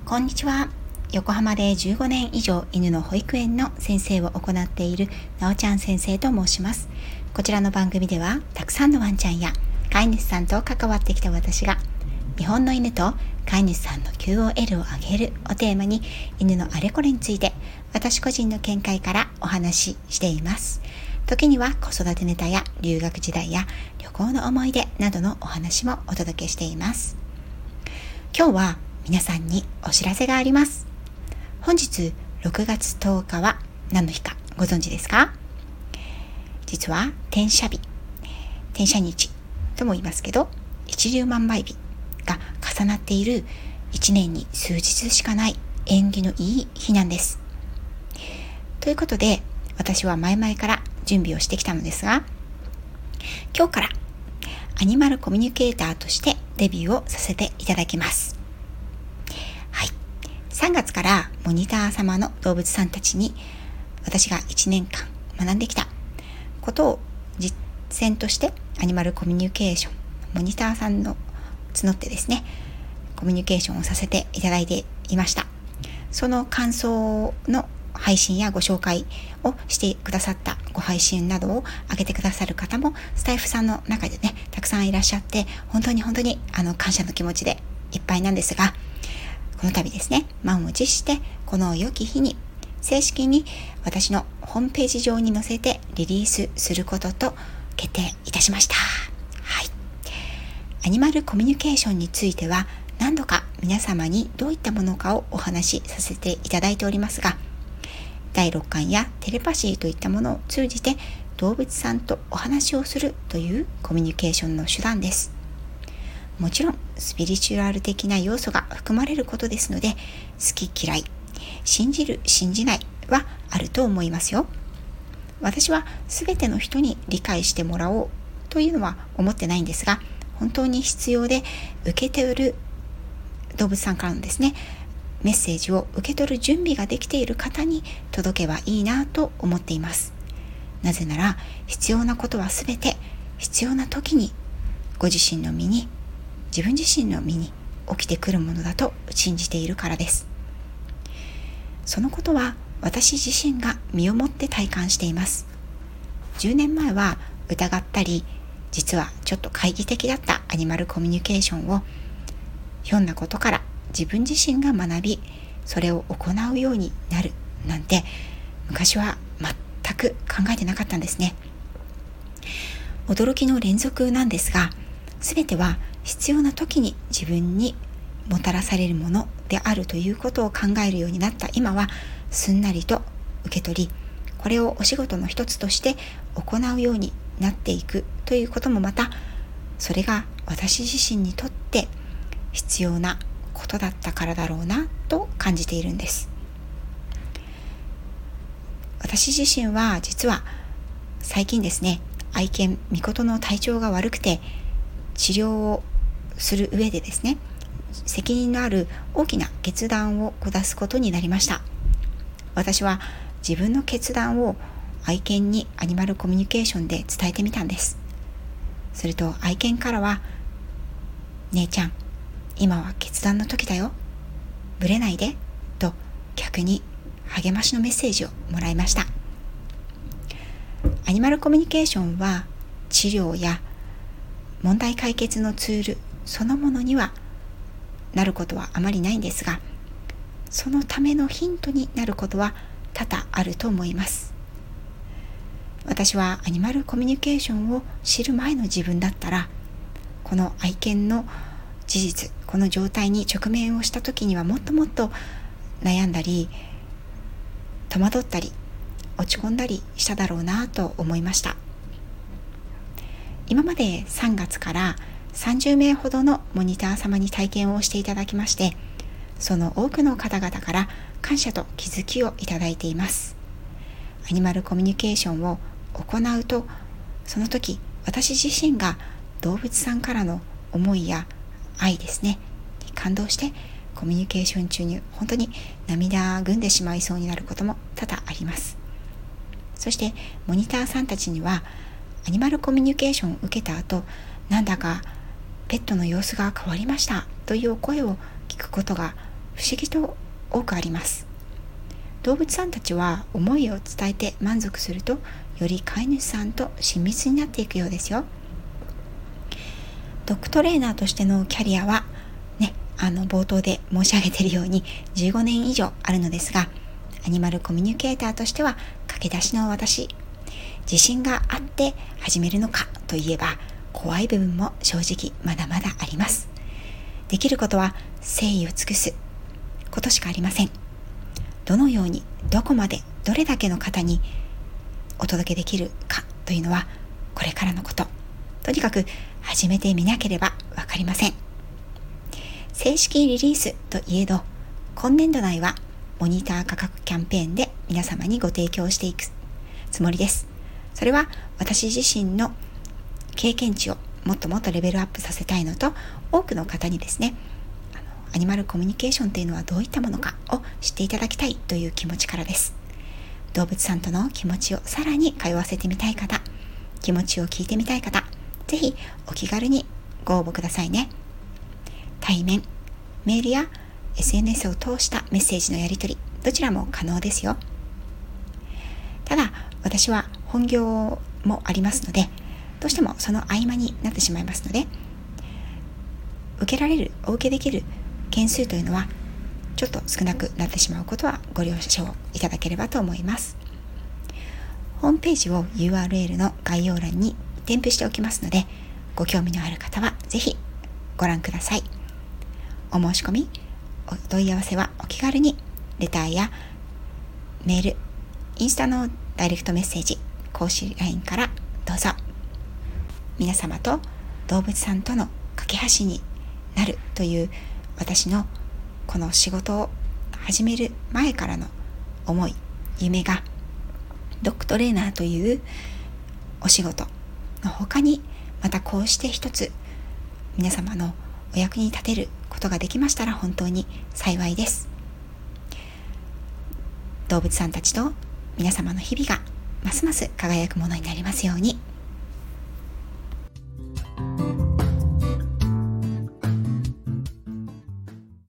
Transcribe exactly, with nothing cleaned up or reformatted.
こんにちは。横浜でじゅうごねん以上犬の保育園の先生を行っているなおちゃん先生と申します。こちらの番組ではたくさんのワンちゃんや飼い主さんと関わってきた私が日本の犬と飼い主さんの キューオーエル を上げるをテーマに犬のあれこれについて私個人の見解からお話ししています。時には子育てネタや留学時代や旅行の思い出などのお話もお届けしています。今日は皆さんにお知らせがあります。本日ろくがつとおかは何の日かご存知ですか？実は転写日、転写日とも言いますけど、一粒万倍日が重なっているいちねんに数日しかない縁起のいい日なんです。ということで、私は前々から準備をしてきたのですが、今日からアニマルコミュニケーターとしてデビューをさせていただきます。はい。さんがつからモニター様の動物さんたちに私がいちねんかん学んできたことを実践としてアニマルコミュニケーション、モニターさんの募ってですね、コミュニケーションをさせていただいていました。その感想の配信やご紹介をしてくださったご配信などを上げてくださる方もスタイフさんの中でね、たくさんいらっしゃって、本当に本当にあの感謝の気持ちでいっぱいなんですが、この度ですね、満を持してこの良き日に正式に私のホームページ上に載せてリリースすることと決定いたしました。はい。アニマルコミュニケーションについては何度か皆様にどういったものかをお話しさせていただいておりますが、だいろっかんやテレパシーといったものを通じて動物さんとお話をするというコミュニケーションの手段です。もちろんスピリチュアル的な要素が含まれることですので、好き嫌い、信じる信じないはあると思いますよ。私は全ての人に理解してもらおうというのは思ってないんですが、本当に必要で受け取る動物さんからのですね、メッセージを受け取る準備ができている方に届けばいいなと思っています。なぜなら必要なことは全て必要な時にご自身の身に、自分自身の身に起きてくるものだと信じているからです。そのことは私自身が身をもって体感しています。じゅうねんまえは疑ったり、実はちょっと懐疑的だったアニマルコミュニケーションをひょんなことから自分自身が学び、それを行うようになるなんて昔は全く考えてなかったんですね。驚きの連続なんですが、全ては必要な時に自分にもたらされるものであるということを考えるようになった今は、すんなりと受け取り、これをお仕事の一つとして行うようになっていくということもまた、それが私自身にとって必要なことだったからだろうなと感じているんです。私自身は実は最近ですね、愛犬ミコトの体調が悪くて治療をする上でですね、責任のある大きな決断を下すことになりました。私は自分の決断を愛犬にアニマルコミュニケーションで伝えてみたんです。すると愛犬からは、姉ちゃん、今は決断の時だよ、ぶれないでと逆に励ましのメッセージをもらいました。アニマルコミュニケーションは治療や問題解決のツールそのものにはなることはあまりないんですが、そのためのヒントになることは多々あると思います。私はアニマルコミュニケーションを知る前の自分だったら、この愛犬の事実、この状態に直面をした時にはもっともっと悩んだり戸惑ったり落ち込んだりしただろうなと思いました。今までさんがつからさんじゅうめいほどのモニター様に体験をしていただきまして、その多くの方々から感謝と気づきをいただいています。アニマルコミュニケーションを行うと、その時私自身が動物さんからの思いや愛ですねに感動して、コミュニケーション中に本当に涙ぐんでしまいそうになることも多々あります。そしてモニターさんたちにはアニマルコミュニケーションを受けた後、なんだかペットの様子が変わりましたというお声を聞くことが不思議と多くあります。動物さんたちは思いを伝えて満足すると、より飼い主さんと親密になっていくようですよ。ドッグトレーナーとしてのキャリアはね、あの冒頭で申し上げているようにじゅうごねん以上あるのですが、アニマルコミュニケーターとしては駆け出しの私、自信があって始めるのかといえば、怖い部分も正直まだまだあります。できることは誠意を尽くすことしかありません。どのように、どこまで、どれだけの方にお届けできるかというのはこれからのこと。とにかく始めてみなければわかりません。正式リリースといえど、今年度内はモニター価格キャンペーンで皆様にご提供していくつもりです。それは私自身の経験値をもっともっとレベルアップさせたいのと、多くの方にですね、あのアニマルコミュニケーションというのはどういったものかを知っていただきたいという気持ちからです。動物さんとの気持ちをさらに通わせてみたい方、気持ちを聞いてみたい方、ぜひお気軽にご応募くださいね。対面、メールや エスエヌエス を通したメッセージのやり取り、どちらも可能ですよ。ただ私は本業もありますので、どうしてもその合間になってしまいますので、受けられる、お受けできる件数というのはちょっと少なくなってしまうことはご了承いただければと思います。ホームページを ユーアールエル の概要欄に添付しておきますので、ご興味のある方はぜひご覧ください。お申し込み、お問い合わせはお気軽にレターやメール、インスタのダイレクトメッセージ、公式 ライン からどうぞ。皆様と動物さんとの架け橋になるという私のこの仕事を始める前からの思い、夢がドッグトレーナーというお仕事の他に、またこうして一つ皆様のお役に立てることができましたら本当に幸いです。動物さんたちと皆様の日々がますます輝くものになりますように。